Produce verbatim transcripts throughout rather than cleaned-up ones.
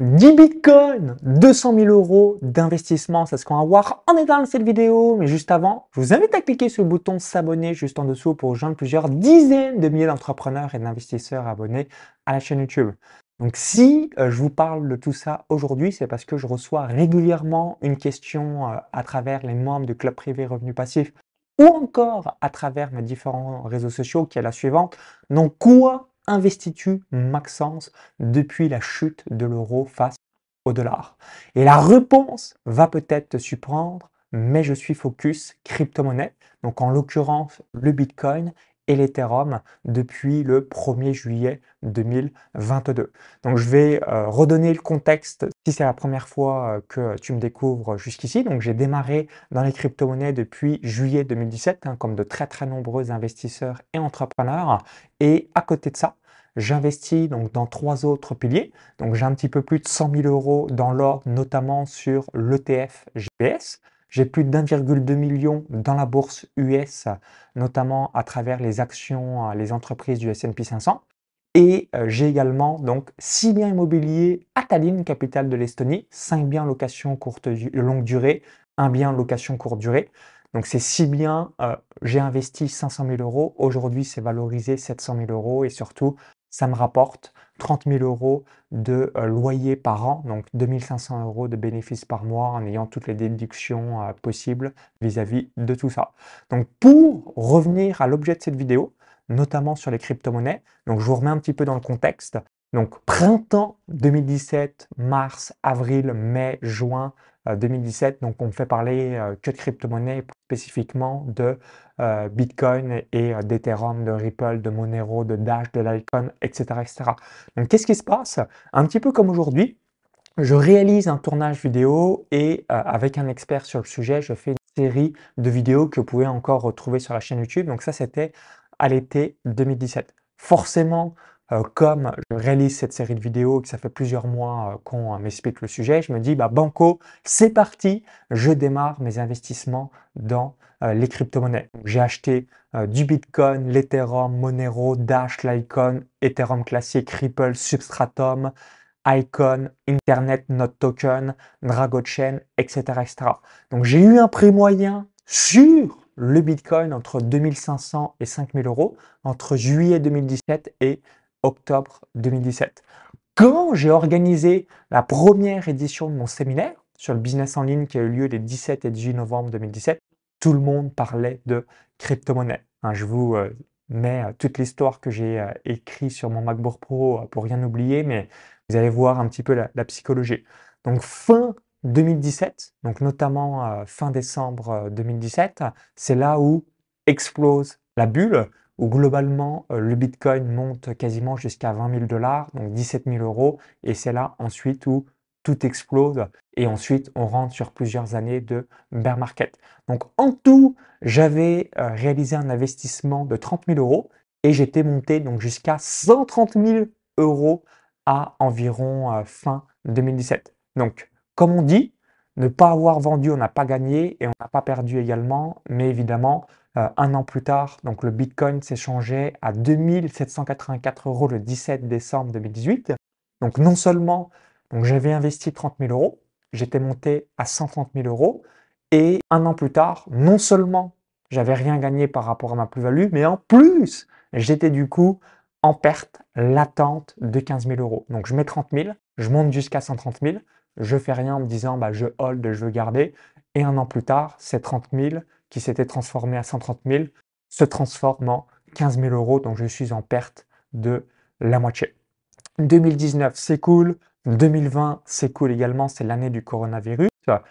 dix bitcoins, deux cent mille euros d'investissement, c'est ce qu'on va voir en détail dans cette vidéo. Mais juste avant, je vous invite à cliquer sur le bouton s'abonner juste en dessous pour rejoindre plusieurs dizaines de milliers d'entrepreneurs et d'investisseurs abonnés à la chaîne YouTube. Donc si euh, je vous parle de tout ça aujourd'hui, c'est parce que je reçois régulièrement une question euh, à travers les membres du club privé Revenu Passif ou encore à travers mes différents réseaux sociaux qui est la suivante. Donc quoi investis-tu Maxence depuis la chute de l'euro face au dollar? Et la réponse va peut-être te surprendre, mais je suis focus crypto-monnaie, donc en l'occurrence le Bitcoin et l'Ethereum depuis le premier juillet deux mille vingt-deux. Donc je vais euh, redonner le contexte si c'est la première fois euh, que tu me découvres jusqu'ici. Donc j'ai démarré dans les crypto-monnaies depuis juillet deux mille dix-sept, hein, comme de très très nombreux investisseurs et entrepreneurs. Et à côté de ça, j'investis donc dans trois autres piliers. Donc j'ai un petit peu plus de cent mille euros dans l'or, notamment sur l'E T F G P S. J'ai plus d'un virgule deux million dans la bourse U S, notamment à travers les actions, les entreprises du S and P cinq cents. Et euh, j'ai également donc six biens immobiliers à Tallinn, capitale de l'Estonie, cinq biens location courte longue durée, un bien location courte durée. Donc ces six biens, euh, j'ai investi cinq cent mille euros. Aujourd'hui, c'est valorisé sept cent mille euros et surtout, ça me rapporte trente mille euros de euh, loyer par an, donc deux mille cinq cents euros de bénéfices par mois en ayant toutes les déductions euh, possibles vis-à-vis de tout ça. Donc pour revenir à l'objet de cette vidéo, notamment sur les crypto-monnaies, donc je vous remets un petit peu dans le contexte. Donc printemps deux mille dix-sept, mars, avril, mai, juin euh, deux mille dix-sept, donc on ne fait parler euh, que de crypto-monnaies, spécifiquement de euh, Bitcoin et euh, d'Ethereum, de Ripple, de Monero, de Dash, de Litecoin, et cetera, et cetera. Donc qu'est-ce qui se passe? Un petit peu comme aujourd'hui, je réalise un tournage vidéo et euh, avec un expert sur le sujet, je fais une série de vidéos que vous pouvez encore retrouver sur la chaîne YouTube. Donc ça, c'était à l'été deux mille dix-sept. Forcément, euh, comme je réalise cette série de vidéos et que ça fait plusieurs mois euh, qu'on euh, m'explique le sujet, je me dis, bah banco, c'est parti, je démarre mes investissements dans euh, les crypto-monnaies. J'ai acheté euh, du Bitcoin, l'Ethereum, Monero, Dash, Litecoin, Ethereum classique, Ripple, Substratum, Icon, Internet Note Token, Dragon Chain, et cetera, et cetera. Donc j'ai eu un prix moyen sur le Bitcoin entre deux mille cinq cents et cinq mille euros entre juillet deux mille dix-sept et octobre deux mille dix-sept. Quand j'ai organisé la première édition de mon séminaire sur le business en ligne qui a eu lieu les dix-sept et dix-huit novembre deux mille dix-sept, tout le monde parlait de crypto-monnaie. Hein, je vous euh, mets euh, toute l'histoire que j'ai euh, écrite sur mon MacBook Pro euh, pour rien oublier, mais vous allez voir un petit peu la, la psychologie. Donc fin deux mille dix-sept, donc notamment euh, fin décembre euh, deux mille dix-sept, c'est là où explose la bulle, où globalement euh, le Bitcoin monte quasiment jusqu'à vingt mille dollars, donc dix-sept mille euros, et c'est là ensuite où tout explose, et ensuite on rentre sur plusieurs années de bear market. Donc en tout, j'avais euh, réalisé un investissement de trente mille euros, et j'étais monté donc jusqu'à cent trente mille euros à environ euh, fin deux mille dix-sept. Donc, comme on dit, ne pas avoir vendu, on n'a pas gagné et on n'a pas perdu également, mais évidemment, euh, un an plus tard, donc le Bitcoin s'échangeait à deux mille sept cent quatre-vingt-quatre euros le dix-sept décembre deux mille dix-huit. Donc non seulement donc j'avais investi trente mille euros, j'étais monté à cent trente mille euros et un an plus tard, non seulement j'avais rien gagné par rapport à ma plus-value, mais en plus, j'étais du coup en perte latente de quinze mille euros. Donc je mets trente mille, je monte jusqu'à cent trente mille, je fais rien en me disant bah, je hold, je veux garder. Et un an plus tard, ces trente mille qui s'étaient transformés à cent trente mille se transforment en quinze mille euros. Donc je suis en perte de la moitié. deux mille dix-neuf, c'est cool. deux mille vingt, c'est cool également. C'est l'année du coronavirus.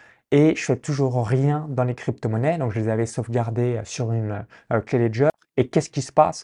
Et je fais toujours rien dans les crypto-monnaies. Donc je les avais sauvegardées sur une euh, clé Ledger. Et qu'est-ce qui se passe?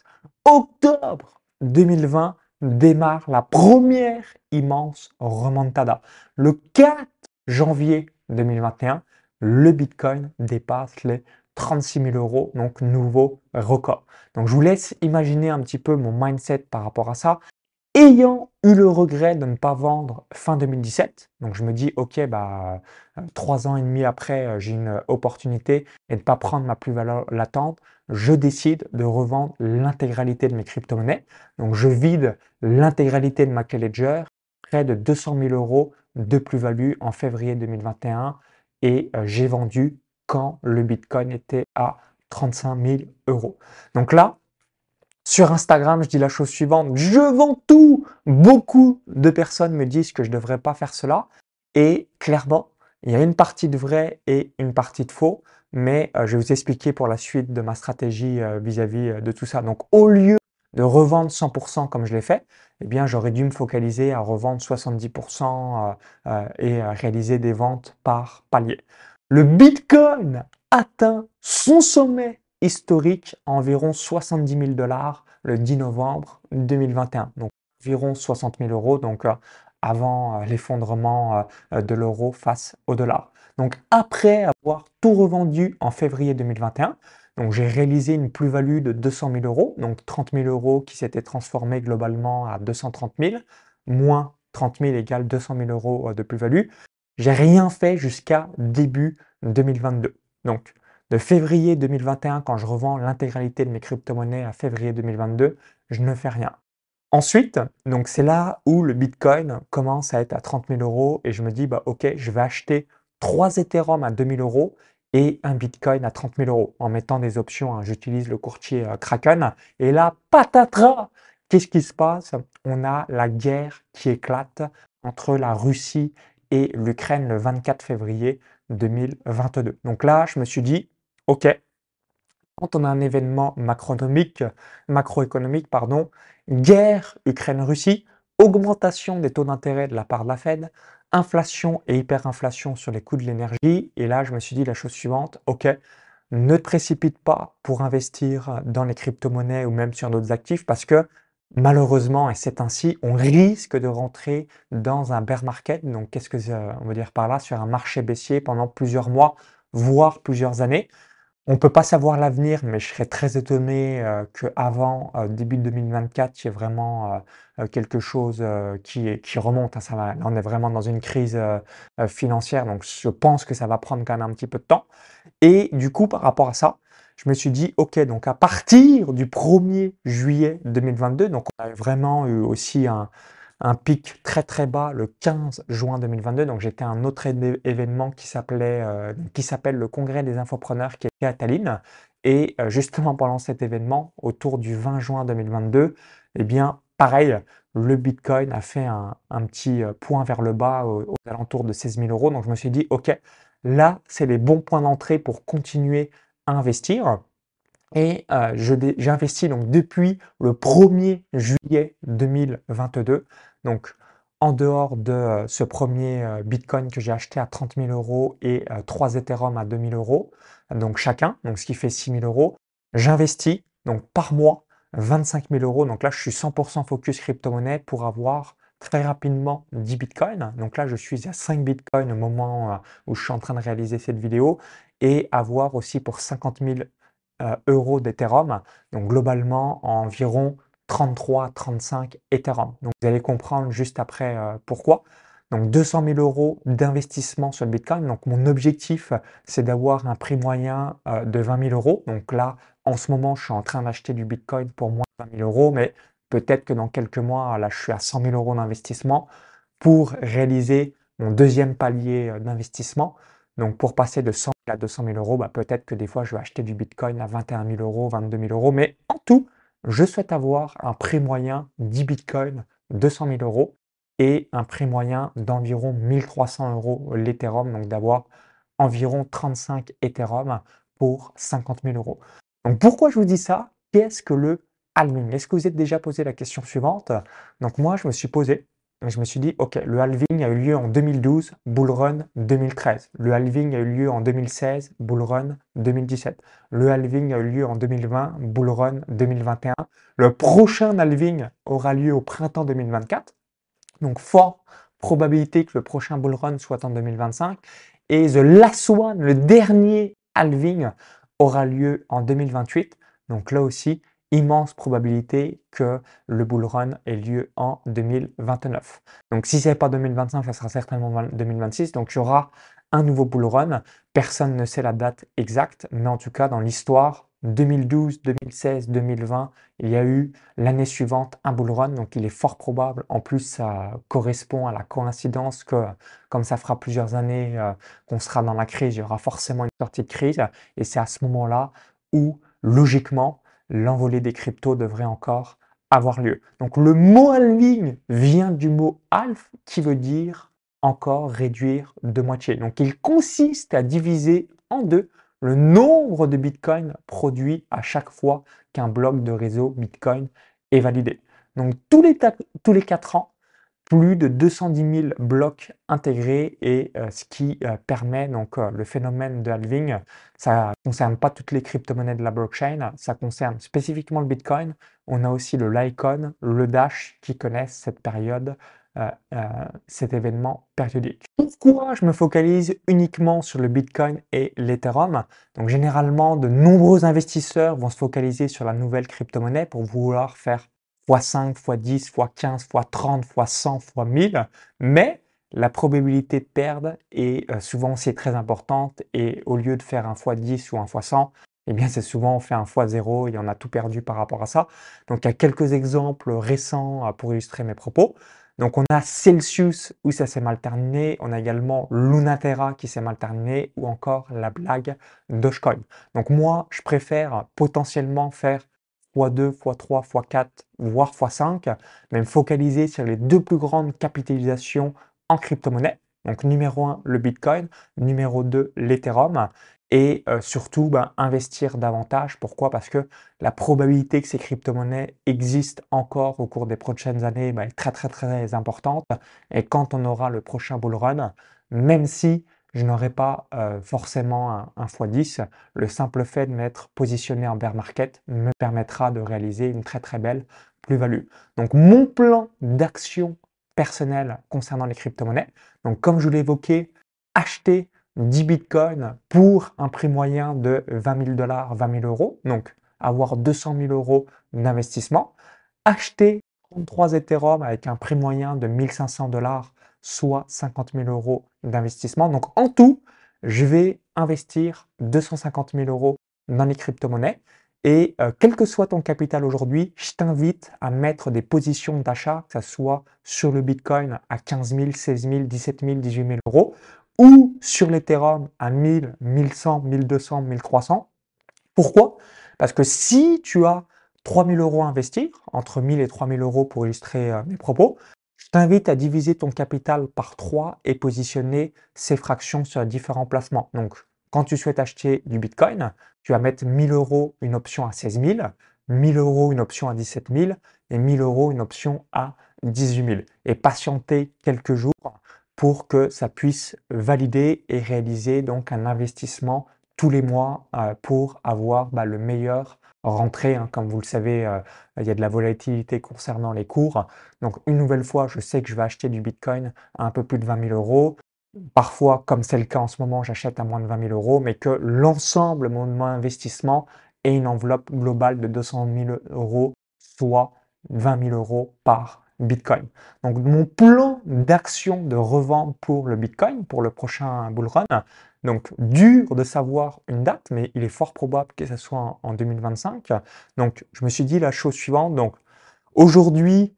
Octobre deux mille vingt démarre la première immense remontada. Le quatre janvier deux mille vingt et un, le Bitcoin dépasse les trente-six mille euros, donc nouveau record. Donc je vous laisse imaginer un petit peu mon mindset par rapport à ça. Ayant eu le regret de ne pas vendre fin deux mille dix-sept, donc je me dis ok bah euh, trois ans et demi après euh, j'ai une opportunité et de ne pas prendre ma plus-value latente, je décide de revendre l'intégralité de mes crypto-monnaies. Donc je vide l'intégralité de ma clé Ledger près de deux cent mille euros de plus-value en février deux mille vingt et un et euh, j'ai vendu quand le Bitcoin était à trente-cinq mille euros. Donc là, sur Instagram, je dis la chose suivante, je vends tout. Beaucoup de personnes me disent que je ne devrais pas faire cela. Et clairement, il y a une partie de vrai et une partie de faux. Mais euh, je vais vous expliquer pour la suite de ma stratégie euh, vis-à-vis euh, de tout ça. Donc, au lieu de revendre cent pour cent comme je l'ai fait, eh bien, j'aurais dû me focaliser à revendre soixante-dix pour cent euh, euh, et à réaliser des ventes par palier. Le Bitcoin atteint son sommet historique à environ soixante-dix mille dollars le dix novembre deux mille vingt et un. Donc environ soixante mille euros, donc euh, avant euh, l'effondrement euh, de l'euro face au dollar. Donc après avoir tout revendu en février deux mille vingt et un, donc j'ai réalisé une plus-value de deux cent mille euros, donc trente mille euros qui s'étaient transformés globalement à deux cent trente mille, moins trente mille égale deux cent mille euros de plus-value. J'ai rien fait jusqu'à début deux mille vingt-deux. Donc de février deux mille vingt et un, quand je revends l'intégralité de mes crypto-monnaies à février deux mille vingt-deux, je ne fais rien. Ensuite, donc c'est là où le Bitcoin commence à être à trente mille euros et je me dis, bah, ok, je vais acheter trois Ethereum à deux mille euros et un Bitcoin à trente mille euros en mettant des options, hein. J'utilise le courtier euh, Kraken et là, patatras, qu'est-ce qui se passe? On a la guerre qui éclate entre la Russie et l'Ukraine le vingt-quatre février deux mille vingt-deux. Donc là, je me suis dit, ok, quand on a un événement macroéconomique, macroéconomique, pardon, guerre Ukraine-Russie, augmentation des taux d'intérêt de la part de la Fed, inflation et hyperinflation sur les coûts de l'énergie. Et là, je me suis dit la chose suivante, ok, ne te précipite pas pour investir dans les crypto-monnaies ou même sur d'autres actifs parce que malheureusement, et c'est ainsi, on risque de rentrer dans un bear market. Donc, qu'est-ce que euh, on veut dire par là? Sur un marché baissier pendant plusieurs mois, voire plusieurs années. On ne peut pas savoir l'avenir, mais je serais très étonné euh, qu'avant euh, début deux mille vingt-quatre, il y ait vraiment euh, euh, quelque chose euh, qui, qui remonte. Hein, ça va, là, on est vraiment dans une crise euh, euh, financière, donc je pense que ça va prendre quand même un petit peu de temps. Et du coup, par rapport à ça, je me suis dit, ok, donc à partir du premier juillet deux mille vingt-deux, donc on a vraiment eu aussi un, un pic très très bas le quinze juin deux mille vingt-deux. Donc j'étais à un autre é- événement qui s'appelait, euh, qui s'appelle le Congrès des infopreneurs qui était à Tallinn. Et euh, justement pendant cet événement, autour du vingt juin deux mille vingt-deux, eh bien pareil, le Bitcoin a fait un, un petit euh, point vers le bas aux, aux alentours de seize mille euros. Donc je me suis dit, ok, là c'est les bons points d'entrée pour continuer à investir. Et euh, je dé- j'ai investi donc depuis le premier juillet deux mille vingt-deux. Donc en dehors de euh, ce premier euh, Bitcoin que j'ai acheté à trente mille euros et euh, trois Ethereum à deux mille euros, donc chacun, donc ce qui fait six mille euros, j'investis donc par mois vingt-cinq mille euros. Donc là, je suis cent pour cent focus crypto-monnaie pour avoir très rapidement dix Bitcoins. Donc là, je suis à cinq Bitcoins au moment euh, où je suis en train de réaliser cette vidéo et avoir aussi pour cinquante mille euh, euros d'Ethereum. Donc globalement, environ trente-trois à trente-cinq Ethereum. Donc vous allez comprendre juste après euh, pourquoi. Donc deux cent mille euros d'investissement sur le Bitcoin. Donc mon objectif, c'est d'avoir un prix moyen euh, de vingt mille euros. Donc là, en ce moment, je suis en train d'acheter du Bitcoin pour moins de vingt mille euros, mais peut-être que dans quelques mois, là, je suis à cent mille euros d'investissement pour réaliser mon deuxième palier euh, d'investissement. Donc pour passer de cent mille à deux cent mille euros, bah, peut-être que des fois je vais acheter du Bitcoin à vingt et un mille euros, vingt-deux mille euros. Mais en tout, je souhaite avoir un prix moyen dix Bitcoins, deux cent mille euros et un prix moyen d'environ mille trois cents euros l'Ethereum. Donc d'avoir environ trente-cinq Ethereum pour cinquante mille euros. Donc pourquoi je vous dis ça? Qu'est-ce que le halving? Est-ce que vous êtes déjà posé la question suivante? Donc moi, je me suis posé et je me suis dit, OK, le halving a eu lieu en deux mille douze, bull run deux mille treize. Le halving a eu lieu en deux mille seize, bull run deux mille dix-sept. Le halving a eu lieu en deux mille vingt, bull run deux mille vingt et un. Le prochain halving aura lieu au printemps deux mille vingt-quatre. Donc, fort probabilité que le prochain bull run soit en deux mille vingt-cinq. Et The Last One, le dernier halving, aura lieu en deux mille vingt-huit. Donc là aussi, immense probabilité que le bull run ait lieu en deux mille vingt-neuf. Donc si ce n'est pas deux mille vingt-cinq, ça sera certainement deux mille vingt-six. Donc il y aura un nouveau bull run. Personne ne sait la date exacte, mais en tout cas, dans l'histoire, deux mille douze, deux mille seize, deux mille vingt, il y a eu l'année suivante un bull run, donc il est fort probable, en plus ça correspond à la coïncidence que comme ça fera plusieurs années euh, qu'on sera dans la crise, il y aura forcément une sortie de crise et c'est à ce moment-là où logiquement l'envolée des cryptos devrait encore avoir lieu. Donc le mot halving vient du mot half qui veut dire encore réduire de moitié. Donc il consiste à diviser en deux le nombre de bitcoins produits à chaque fois qu'un bloc de réseau bitcoin est validé. Donc tous les, tous les quatre ans, plus de deux cent dix mille blocs intégrés et euh, ce qui euh, permet donc euh, le phénomène de halving. Ça ne concerne pas toutes les crypto-monnaies de la blockchain, ça concerne spécifiquement le Bitcoin. On a aussi le Litecoin, le Dash qui connaissent cette période, euh, euh, cet événement périodique. Pourquoi je me focalise uniquement sur le Bitcoin et l'Ethereum? Donc généralement, de nombreux investisseurs vont se focaliser sur la nouvelle crypto-monnaie pour vouloir faire fois cinq, fois dix, fois quinze, fois trente, fois cent, fois mille, mais la probabilité de perdre est euh, souvent aussi très importante et au lieu de faire un fois dix ou un fois cent, eh bien c'est souvent on fait un fois zéro et on a tout perdu par rapport à ça. Donc il y a quelques exemples récents euh, pour illustrer mes propos. Donc on a Celsius où ça s'est mal terminé, on a également Lunaterra qui s'est mal terminé ou encore la blague Dogecoin. Donc moi je préfère potentiellement faire fois deux, fois trois, fois quatre, voire fois cinq, mais me focaliser sur les deux plus grandes capitalisations en crypto-monnaie. Donc numéro un, le Bitcoin, numéro deux, l'Ethereum, et euh, surtout ben, investir davantage. Pourquoi? Parce que la probabilité que ces crypto-monnaies existent encore au cours des prochaines années ben, est très très très importante. Et quand on aura le prochain bull run, même si je n'aurai pas euh, forcément un, un fois dix, le simple fait de m'être positionné en bear market me permettra de réaliser une très très belle plus-value. Donc mon plan d'action personnel concernant les crypto-monnaies, donc comme je l'ai évoqué, acheter dix bitcoins pour un prix moyen de vingt mille dollars, vingt mille euros, donc avoir deux cent mille euros d'investissement, acheter trente-trois Ethereum avec un prix moyen de mille cinq cents dollars, soit cinquante mille euros d'investissement. Donc en tout, je vais investir deux cent cinquante mille euros dans les crypto-monnaies. Et euh, quel que soit ton capital aujourd'hui, je t'invite à mettre des positions d'achat, que ce soit sur le Bitcoin à quinze mille, seize mille, dix-sept mille, dix-huit mille euros, ou sur l'Ethereum à mille, mille cent, mille deux cents, mille trois cents. Pourquoi? Parce que si tu as trois mille euros à investir, entre mille et trois mille euros pour illustrer euh, mes propos, je t'invite à diviser ton capital par trois et positionner ces fractions sur différents placements. Donc, quand tu souhaites acheter du Bitcoin, tu vas mettre mille euros une option à seize mille, mille euros une option à dix-sept mille et mille euros une option à dix-huit mille. Et patienter quelques jours pour que ça puisse valider et réaliser donc un investissement tous les mois euh, pour avoir bah, le meilleur rentrée. Hein. Comme vous le savez, euh, il y a de la volatilité concernant les cours. Donc une nouvelle fois, je sais que je vais acheter du Bitcoin à un peu plus de vingt mille euros. Parfois, comme c'est le cas en ce moment, j'achète à moins de vingt mille euros, mais que l'ensemble de mon investissement est une enveloppe globale de deux cent mille euros, soit vingt mille euros par Bitcoin. Donc mon plan d'action de revente pour le Bitcoin, pour le prochain bull run, donc dur de savoir une date, mais il est fort probable que ce soit en, en deux mille vingt-cinq. Donc je me suis dit la chose suivante, donc aujourd'hui,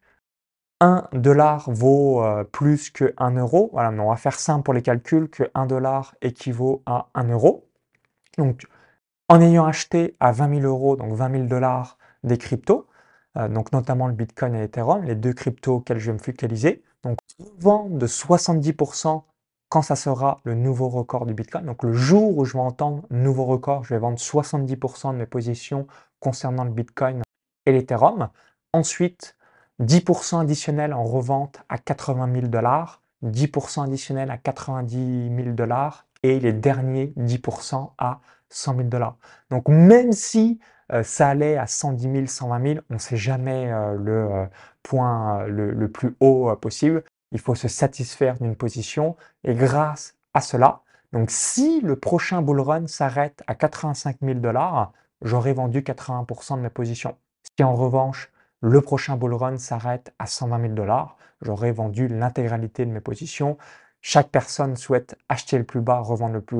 un dollar vaut euh, plus que un euro. Voilà, mais on va faire simple pour les calculs, que un dollar équivaut à un euro. Donc, en ayant acheté à vingt mille euros, donc vingt mille dollars des cryptos, euh, donc notamment le Bitcoin et l'Ethereum, les deux cryptos auxquels je vais me focaliser, donc vendre de soixante-dix pour cent quand ça sera le nouveau record du Bitcoin. Donc le jour où je vais entendre nouveau record, je vais vendre soixante-dix pour cent de mes positions concernant le Bitcoin et l'Ethereum. Ensuite, dix pour cent additionnel en revente à quatre-vingt mille dollars, dix pour cent additionnel à quatre-vingt-dix mille dollars et les derniers dix pour cent à cent mille dollars. Donc même si euh, ça allait à cent dix mille, cent vingt mille, on ne sait jamais euh, le euh, point euh, le, le, plus haut euh, possible. Il faut se satisfaire d'une position et grâce à cela, donc si le prochain bull run s'arrête à quatre-vingt-cinq mille dollars, j'aurai vendu quatre-vingts pour cent de mes positions. Si en revanche, le prochain bull run s'arrête à cent vingt mille dollars, j'aurai vendu l'intégralité de mes positions. Chaque personne souhaite acheter le plus bas, revendre le plus haut.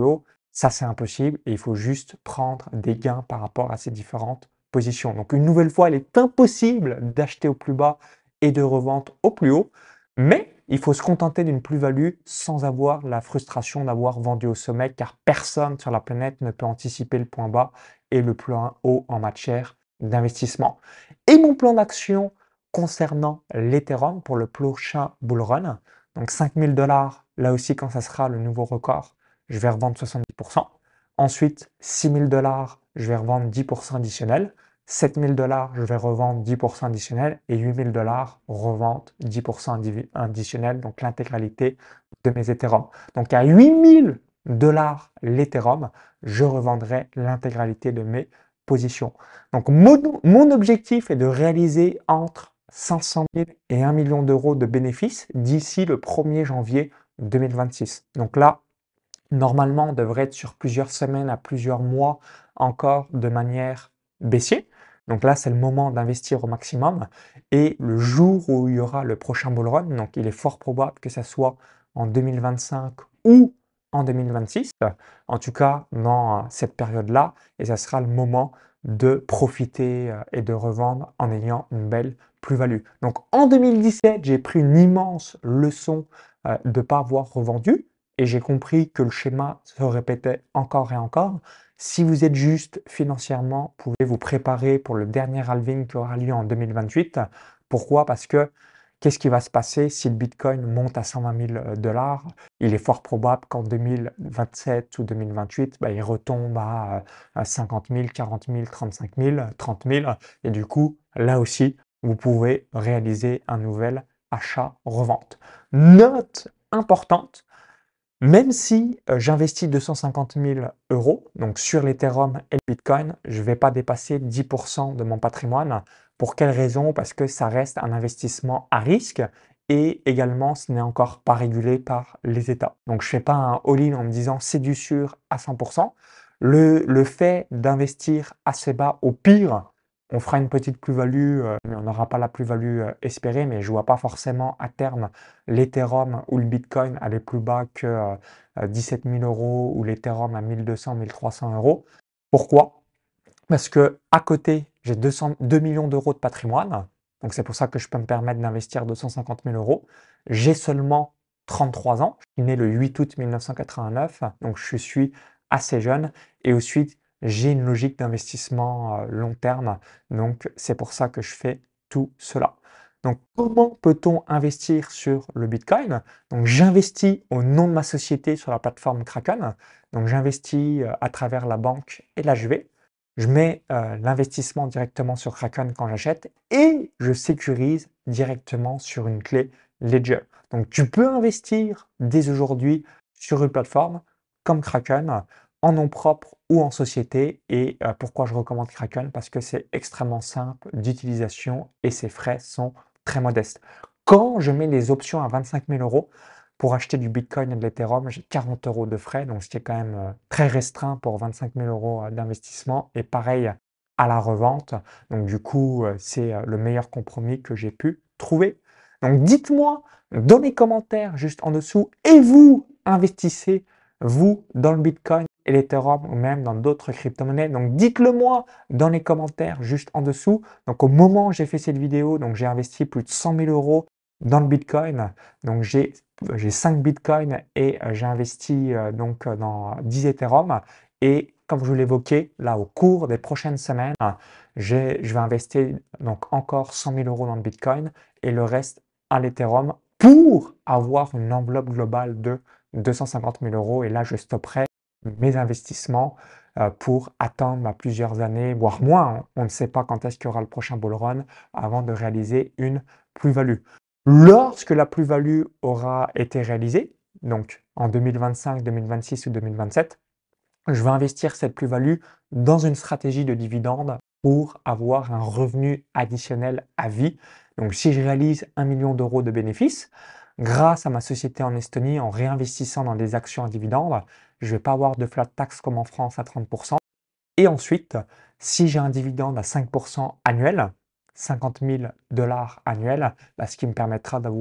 Ça, c'est impossible et il faut juste prendre des gains par rapport à ces différentes positions. Donc une nouvelle fois, il est impossible d'acheter au plus bas et de revendre au plus haut, mais il faut se contenter d'une plus-value sans avoir la frustration d'avoir vendu au sommet, car personne sur la planète ne peut anticiper le point bas et le point haut en matière d'investissement. Et mon plan d'action concernant l'Ethereum pour le prochain bull run, donc cinq mille dollars, là aussi quand ça sera le nouveau record, je vais revendre soixante-dix pour cent. Ensuite, six mille dollars, je vais revendre dix pour cent additionnel. sept mille dollars, je vais revendre dix pour cent additionnel. Et huit mille dollars, revente dix pour cent additionnel, donc l'intégralité de mes Ethereum. Donc à huit mille dollars l'Ethereum, je revendrai l'intégralité de mes positions. Donc mon, mon objectif est de réaliser entre cinq cent mille et un million d'euros de bénéfices d'ici le premier janvier deux mille vingt-six. Donc là, normalement, on devrait être sur plusieurs semaines à plusieurs mois encore de manière baissière. Donc là, c'est le moment d'investir au maximum. Et le jour où il y aura le prochain bull run, donc il est fort probable que ça soit en deux mille vingt-cinq ou en deux mille vingt-six, en tout cas dans cette période-là, et ça sera le moment de profiter euh, et de revendre en ayant une belle plus-value. Donc en deux mille dix-sept, j'ai pris une immense leçon euh, de ne pas avoir revendu et j'ai compris que le schéma se répétait encore et encore. Si vous êtes juste financièrement, vous pouvez vous préparer pour le dernier halving qui aura lieu en deux mille vingt-huit. Pourquoi? Parce que qu'est-ce qui va se passer si le Bitcoin monte à cent vingt mille dollars? Il est fort probable qu'en deux mille vingt-sept ou deux mille vingt-huit, bah, il retombe à, à cinquante mille, quarante mille, trente-cinq mille, trente mille. Et du coup, là aussi, vous pouvez réaliser un nouvel achat-revente. Note importante, même si euh, j'investis deux cent cinquante mille euros, donc sur l'Ethereum et le Bitcoin, je ne vais pas dépasser dix pour cent de mon patrimoine. Pour quelle raison? Parce que ça reste un investissement à risque et également ce n'est encore pas régulé par les États. Donc je ne fais pas un all-in en me disant c'est du sûr à cent pour cent. Le, le fait d'investir assez bas, au pire, on fera une petite plus-value, euh, mais on n'aura pas la plus-value euh, espérée, mais je ne vois pas forcément à terme l'Ethereum ou le Bitcoin aller plus bas que euh, dix-sept mille euros ou l'Ethereum à mille deux cents, mille trois cents euros. Pourquoi? Parce que à côté, j'ai deux millions d'euros de patrimoine, donc c'est pour ça que je peux me permettre d'investir deux cent cinquante mille euros. J'ai seulement trente-trois ans, je suis né le huit août mille neuf cent quatre-vingt-neuf, donc je suis assez jeune, et ensuite j'ai une logique d'investissement euh, long terme, donc c'est pour ça que je fais tout cela. Donc comment peut-on investir sur le Bitcoin? Donc j'investis au nom de ma société sur la plateforme Kraken, donc j'investis euh, à travers la banque et l'H V. Je mets euh, l'investissement directement sur Kraken quand j'achète et je sécurise directement sur une clé Ledger. Donc tu peux investir dès aujourd'hui sur une plateforme comme Kraken en nom propre ou en société. Et euh, pourquoi je recommande Kraken? Parce que c'est extrêmement simple d'utilisation et ses frais sont très modestes. Quand je mets les options à vingt-cinq mille euros, pour acheter du Bitcoin et de l'Ethereum, j'ai quarante euros de frais, donc ce qui est quand même euh, très restreint pour vingt-cinq mille euros euh, d'investissement. Et pareil à la revente. Donc du coup, euh, c'est euh, le meilleur compromis que j'ai pu trouver. Donc dites-moi dans les commentaires juste en dessous, et vous investissez, vous, dans le Bitcoin et l'Ethereum ou même dans d'autres crypto-monnaies. Donc dites-le moi dans les commentaires juste en dessous. Donc au moment où j'ai fait cette vidéo, donc j'ai investi plus de cent mille euros dans le Bitcoin. Donc j'ai j'ai cinq Bitcoins et euh, j'ai investi euh, donc euh, dans dix Ethereum. Et comme je vous l'évoquais, là au cours des prochaines semaines, j'ai- je vais investir donc encore cent mille euros dans le Bitcoin et le reste à l'Ethereum pour avoir une enveloppe globale de deux cent cinquante mille euros. Et là, je stopperai mes investissements euh, pour attendre bah, plusieurs années, voire moins. On ne sait pas quand est-ce qu'il y aura le prochain bull run avant de réaliser une plus-value. Lorsque la plus-value aura été réalisée, donc en deux mille vingt-cinq, deux mille vingt-six ou deux mille vingt-sept, je vais investir cette plus-value dans une stratégie de dividende pour avoir un revenu additionnel à vie. Donc si je réalise un million d'euros de bénéfices, grâce à ma société en Estonie, en réinvestissant dans des actions à dividende, je ne vais pas avoir de flat tax comme en France à trente pour cent. Et ensuite, si j'ai un dividende à cinq pour cent annuel, cinquante mille dollars annuels, bah, ce qui me permettra d'avoir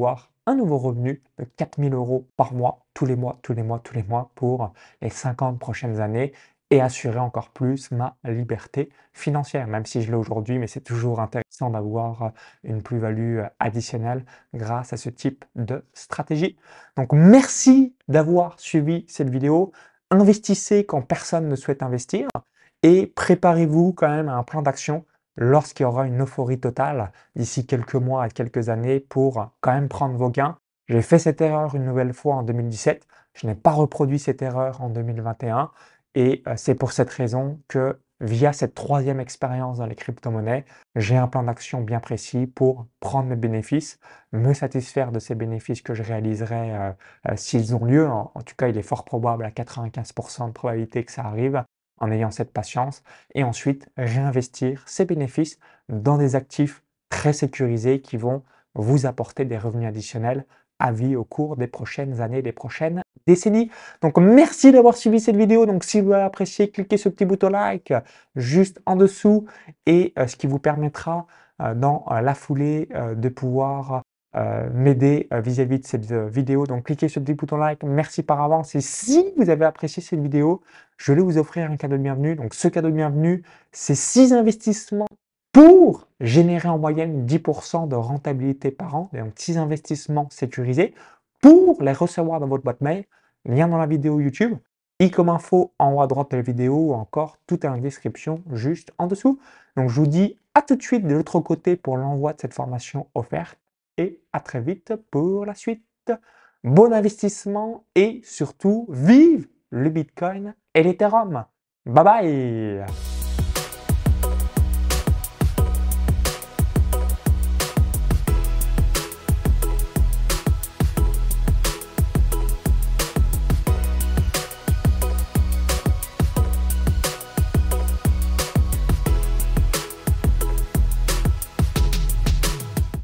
un nouveau revenu de quatre mille euros par mois, tous les mois, tous les mois, tous les mois pour les cinquante prochaines années et assurer encore plus ma liberté financière, même si je l'ai aujourd'hui, mais c'est toujours intéressant d'avoir une plus-value additionnelle grâce à ce type de stratégie. Donc, merci d'avoir suivi cette vidéo. Investissez quand personne ne souhaite investir et préparez-vous quand même à un plan d'action lorsqu'il y aura une euphorie totale d'ici quelques mois à quelques années pour quand même prendre vos gains. J'ai fait cette erreur une nouvelle fois en deux mille dix-sept. Je n'ai pas reproduit cette erreur en deux mille vingt et un et euh, c'est pour cette raison que via cette troisième expérience dans les crypto-monnaies, j'ai un plan d'action bien précis pour prendre mes bénéfices, me satisfaire de ces bénéfices que je réaliserai euh, euh, s'ils ont lieu. En, en tout cas, il est fort probable à quatre-vingt-quinze pour cent de probabilité que ça arrive en ayant cette patience et ensuite réinvestir ces bénéfices dans des actifs très sécurisés qui vont vous apporter des revenus additionnels à vie au cours des prochaines années, des prochaines décennies. Donc merci d'avoir suivi cette vidéo. Donc si vous avez apprécié, cliquez sur le petit bouton like juste en dessous et euh, ce qui vous permettra euh, dans euh, la foulée euh, de pouvoir euh, m'aider euh, vis-à-vis de cette euh, vidéo. Donc cliquez sur le petit bouton like, merci par avance. Et si vous avez apprécié cette vidéo, je vais vous offrir un cadeau de bienvenue. Donc ce cadeau de bienvenue, c'est six investissements pour générer en moyenne dix pour cent de rentabilité par an, et donc six investissements sécurisés, pour les recevoir dans votre boîte mail, lien dans la vidéo YouTube, i comme info en haut à droite de la vidéo, ou encore tout est en description juste en dessous. Donc je vous dis à tout de suite de l'autre côté pour l'envoi de cette formation offerte, et à très vite pour la suite. Bon investissement et surtout, vive le Bitcoin et l'Ethereum. Bye bye!